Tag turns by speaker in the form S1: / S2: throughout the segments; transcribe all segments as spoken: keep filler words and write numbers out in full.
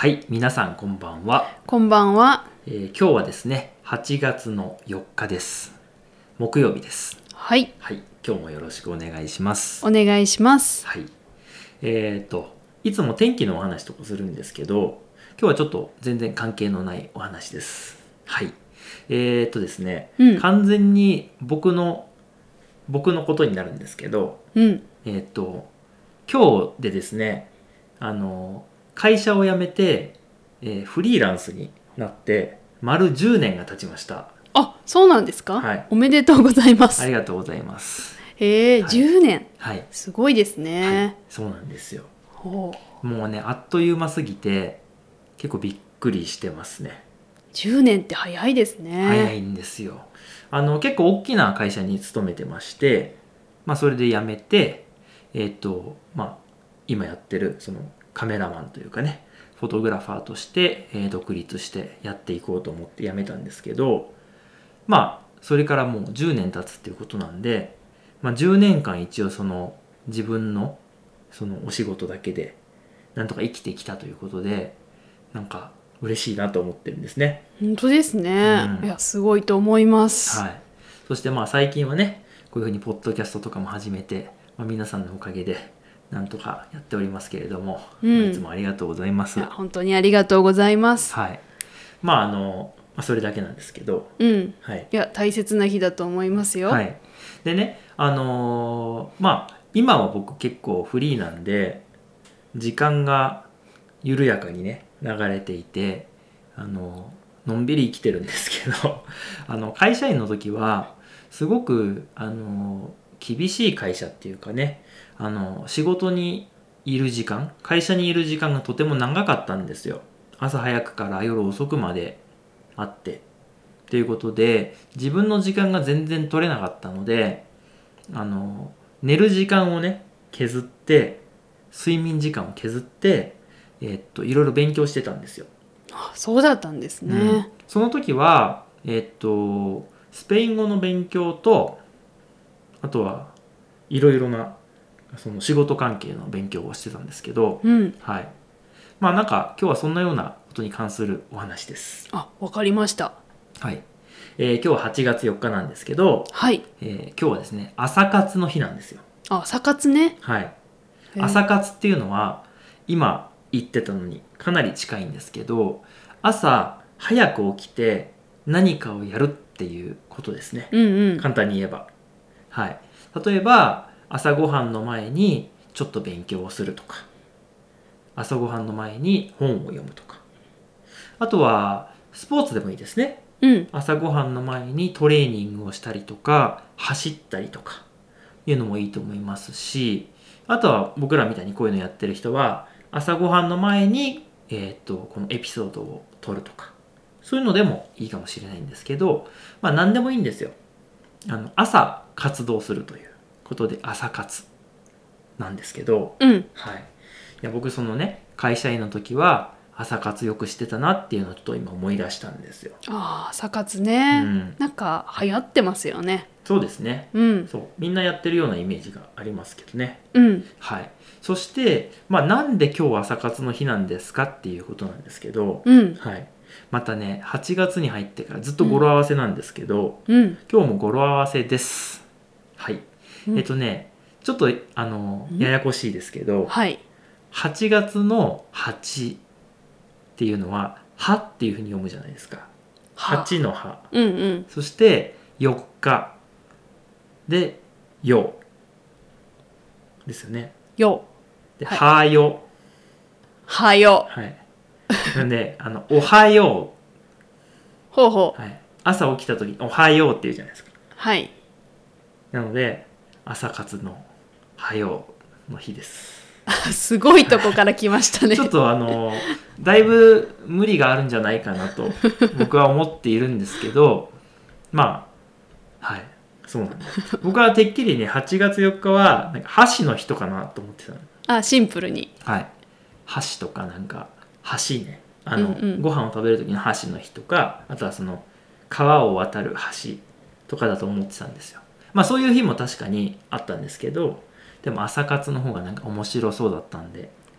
S1: はい、皆さんこんばんは。
S2: こんばんは。
S1: えー今日はですね、はちがつのよっかです。木曜日です。
S2: はい、
S1: はい、今日もよろしくお願いします。
S2: お願いします。
S1: はい。えっ、と、いつも天気のお話とかするんですけど、今日はちょっと全然関係のないお話です。はい。えっ、とですね、
S2: うん
S1: 完全に僕の、僕のことになるんですけど、
S2: うん。
S1: えっ、と、今日でですね、あの、会社を辞めて、えーフリーランスになって、丸じゅうねんが経ちました。
S2: あ、そうなんですか？
S1: はい
S2: おめでとうございま
S1: あ
S2: す。
S1: りがとうございます。
S2: へえ、
S1: はい
S2: じゅうねん。
S1: はい。
S2: すごいです
S1: はい
S2: ね。。
S1: そうなんですよ。
S2: ほう。
S1: もうね、あっという間すぎて、結構びっくりしてますね。
S2: じゅうねんって早いですね。
S1: 早いんですよ。あの、結構大きな会社に勤めてまして、まあ、それで辞めて、えっ、と、まあ、今やってる、その、カメラマンというかね、フォトグラファーとして、えー独立してやっていこうと思って辞めたんですけど、まあ、それからもうじゅうねん経つっていうことなんで、まあ、じゅうねんかん一応その、自分の、そのお仕事だけで、なんとか生きてきたということで、なんか、嬉しいなと思ってるんですね。
S2: 本当ですね。
S1: うん
S2: いや、すごいと思います。
S1: はい。そしてまあ最近はね、こういうふうにポッドキャストとかも始めて、まあ、皆さんのおかげでなんとかやっておりますけれども、
S2: うん
S1: まあいつもありがとうございます。
S2: いや、本当にありがとうございます。
S1: はい。まああの、まあ、それだけなんですけど、
S2: うん。
S1: はい。
S2: いや、大切な日だと思いますよ。
S1: はい。でね、あのーまあ今は僕結構フリーなんで、時間が緩やかにね、流れていて、あののんびり生きてるんですけどあの会社員の時はすごくあの厳しい会社っていうかね、あの仕事にいる時間会社にいる時間がとても長かったんですよ。朝早くから夜遅くまであってっていうことで、自分の時間が全然取れなかったので、あの寝る時間をね削って、睡眠時間を削ってえっといろいろ勉強してたんですよ。
S2: あ、そうだったんですね。
S1: うんその時は、えっと、スペイン語の勉強と、あとはいろいろなその仕事関係の勉強をしてたんですけど、
S2: うん。
S1: はい。まあなんか今日はそんなようなことに関するお話です。
S2: あ、わかりました。
S1: はい。えー今日ははちがつよっかなんですけど、
S2: はい。
S1: えー今日はですね、朝活の日なんですよ。
S2: あ、朝活ね。
S1: はい。
S2: へー
S1: 朝活っていうのは、今言ってたのにかなり近いんですけど、朝早く起きて何かをやるっていうことですね。
S2: うんうん。
S1: 簡単に言えば。はい。例えば、朝ごはんの前にちょっと勉強をするとか、朝ごはんの前に本を読むとか、あとはスポーツでもいいですね。
S2: うん。
S1: 朝ごはんの前にトレーニングをしたりとか、走ったりとかいうのもいいと思いますし、あとは僕らみたいにこういうのやってる人は、朝ごはんの前に、えーっと、このエピソードを撮るとか、そういうのでもいいかもしれないんですけど、まあ何でもいいんですよ。あの、朝活動するということで朝活なんですけど、
S2: うん。
S1: はい。いや、僕そのね、会社員の時は朝活よくしてたなっていうのをちょっと今思い出したんですよ。
S2: ああ、朝活ね、
S1: うん
S2: なんか流行ってますよね。
S1: そうですね。
S2: うん。
S1: そう。みんなやってるようなイメージがありますけどね。
S2: うん。
S1: はい。そして、まあ、なんで今日朝活の日なんですかっていうことなんですけど、
S2: うん。
S1: はい。またね、はちがつに入ってからずっと語呂合わせなんですけど、
S2: うん。
S1: 今日も語呂合わせです。はい。
S2: うん
S1: えっとね、ちょっと、あの、
S2: うん
S1: ややこしいですけど、
S2: はい。
S1: はちがつのはちっていうのは、はっていうふうに読むじゃないですか。
S2: は
S1: はちのは。
S2: うんうん。
S1: そして、よっか。で、よう。ですよね。
S2: よ。
S1: で、
S2: はい
S1: はよ。
S2: はよ。
S1: はい。なんで、あの、おはよ
S2: ほうほ
S1: う。はい。朝起きた時に、おはようって言うじゃないですか。
S2: う。はい。
S1: なので、朝活の、はようの日です。
S2: すごいとこから来ましたね。
S1: ちょっとあの、だいぶ無理があるんじゃないかなと、僕は思っているんですけど、まあ、はい。そうなんです。僕はてっきりね、はちがつよっかは、なんか箸の日とかなと思ってたの。
S2: あ、シンプルに。
S1: はい。箸とかなんか、箸ね。あの、
S2: うんうん
S1: ご飯を食べる時の箸の日とか、あとはその、川を渡る橋とかだと思ってたんですよ。まあそういう日も確かにあったんですけど、でも朝活の方がなんか面白そうだったんで、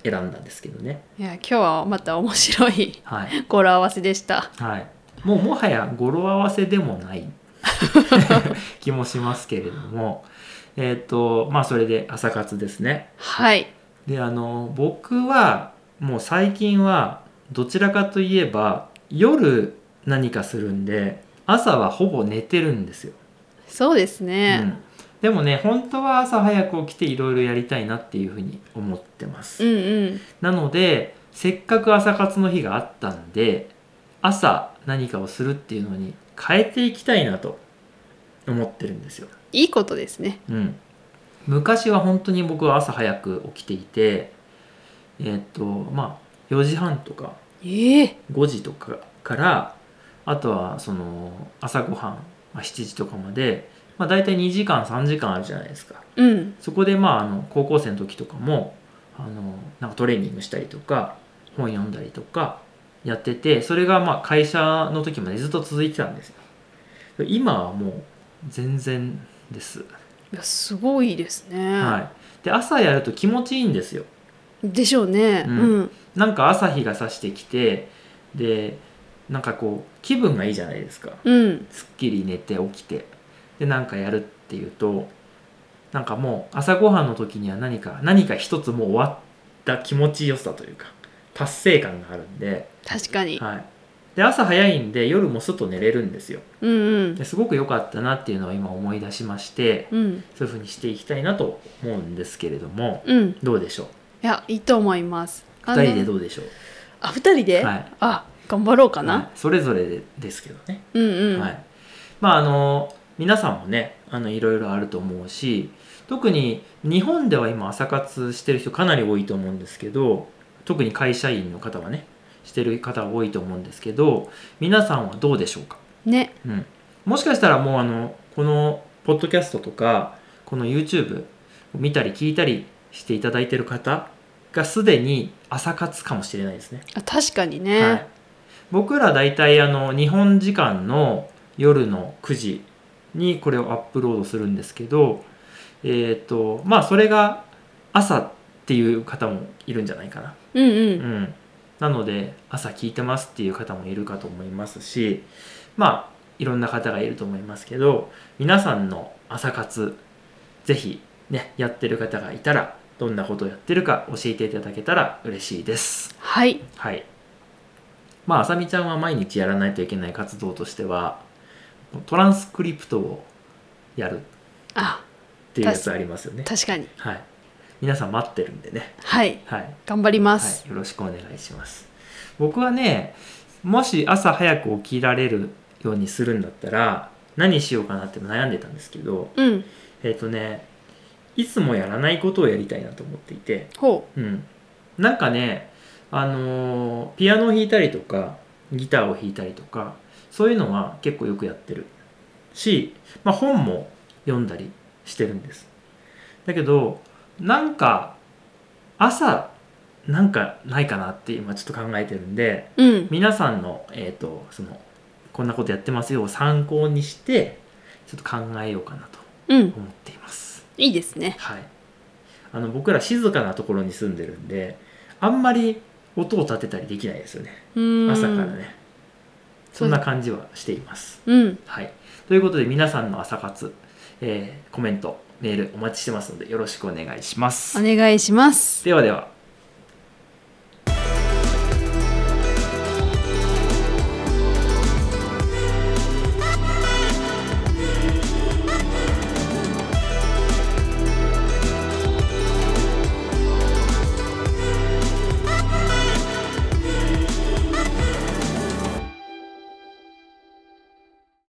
S1: 選んだんですけどね。
S2: いや今日はまた面白い
S1: はい、
S2: 語呂合わせでした。
S1: はい、もうもはや語呂合わせでもない気もしますけれども、えっ、とまあそれで朝活ですね。
S2: はい
S1: であの僕はもう最近はどちらかといえば夜何かするんで朝はほぼ寝てるんですよ。
S2: そうです
S1: う
S2: ね、
S1: ん、でもね本当は朝早く起きていろいろやりたいなっていうふうに思ってます。
S2: うんうん
S1: なのでせっかく朝活の日があったんで朝何かをするっていうのに変えていきたいなと思ってるんですよ。
S2: いいことですね。
S1: うん、昔は本当に僕は朝早く起きていてえーっとまあよじはんとか
S2: ええ
S1: ごじとかからあとはその朝ごはん、まあ、しちじとかまで、まあ、大体にじかんさんじかんあるじゃないですか。
S2: うん
S1: そこでまああの高校生の時とかもあのなんかトレーニングしたりとか本読んだりとかやってて、それがまあ会社の時までずっと続いてたんですよ。今はもう全然です。
S2: いやすごいですね、
S1: はい、で朝やると気持ちいいんですよ。
S2: でしょうね。
S1: う
S2: うんん
S1: なんか朝日が差してきてでなんかこう気分がいいじゃないですか。
S2: うん
S1: すっきり寝て起きてでなんかやるっていうとなんかもう朝ごはんの時には何か何か一つもう終わった気持ちよさというか達成感があるんで、
S2: 確かに、
S1: はい、で朝早いんで夜もすっと寝れるんですよ。
S2: うんうん
S1: ですごく良かったなっていうのを今思い出しまして、
S2: うん
S1: そういう風にしていきたいなと思うんですけれども、
S2: うんい
S1: どうでしょう。
S2: やいいと思います。あの
S1: ふたりでどうでしょう。
S2: あ二人で、
S1: はい
S2: あ頑張ろうかな、
S1: はい、それぞれでですけどね。
S2: うんうん、
S1: はい、まああの皆さんもねあのいろいろあると思うし、特に日本では今朝活してる人かなり多いと思うんですけど、特に会社員の方はねしてる方が多いと思うんですけど、皆さんはどうでしょうか。
S2: ね
S1: うん、もしかしたらもうあのこのポッドキャストとかこの YouTube を見たり聞いたりしていただいてる方がすでに朝活かもしれないですね。
S2: あ確かにね、
S1: はい、僕ら大体あの日本時間の夜のくじにこれをアップロードするんですけど、えっとまあそれが朝っていう方もいるんじゃないかな。
S2: うんうん、
S1: うんなので朝聞いてますっていう方もいるかと思いますし、まあいろんな方がいると思いますけど、皆さんの朝活ぜひねやってる方がいたらどんなことをやってるか教えていただけたら嬉しいです。
S2: はい
S1: はい。まああさみちゃんは毎日やらないといけない活動としてはトランスクリプトをやる
S2: あ
S1: っていうやつありますよね。
S2: 確かに
S1: はい。皆さん待ってるんでね。
S2: はい
S1: はい。
S2: 頑張りま
S1: は
S2: す、
S1: い、よろしくお願いします。僕はね、もし朝早く起きられるようにするんだったら何しようかなって悩んでたんですけど、
S2: うん
S1: えっとねいつもやらないことをやりたいなと思っていて、
S2: ほ
S1: うん、なんかねあのーピアノを弾いたりとかギターを弾いたりとかそういうのは結構よくやってるし、まあ、本も読んだりしてるんです。だけどなんか朝なんかないかなって今ちょっと考えてるんで、
S2: ううん
S1: 皆さんの、えーと、そのこんなことやってますよを参考にしてちょっと考えようかなと
S2: うん
S1: 思っています。
S2: いいですね。
S1: はい、あの僕ら静かなところに住んでるんであんまり音を立てたりできないですよね。
S2: うーん
S1: 朝からねそんな感じはしています。
S2: うん
S1: はい、ということで皆さんの朝活、えーコメントメールお待ちしてますのでよろしくお願いします。
S2: お願いします。
S1: ではでは。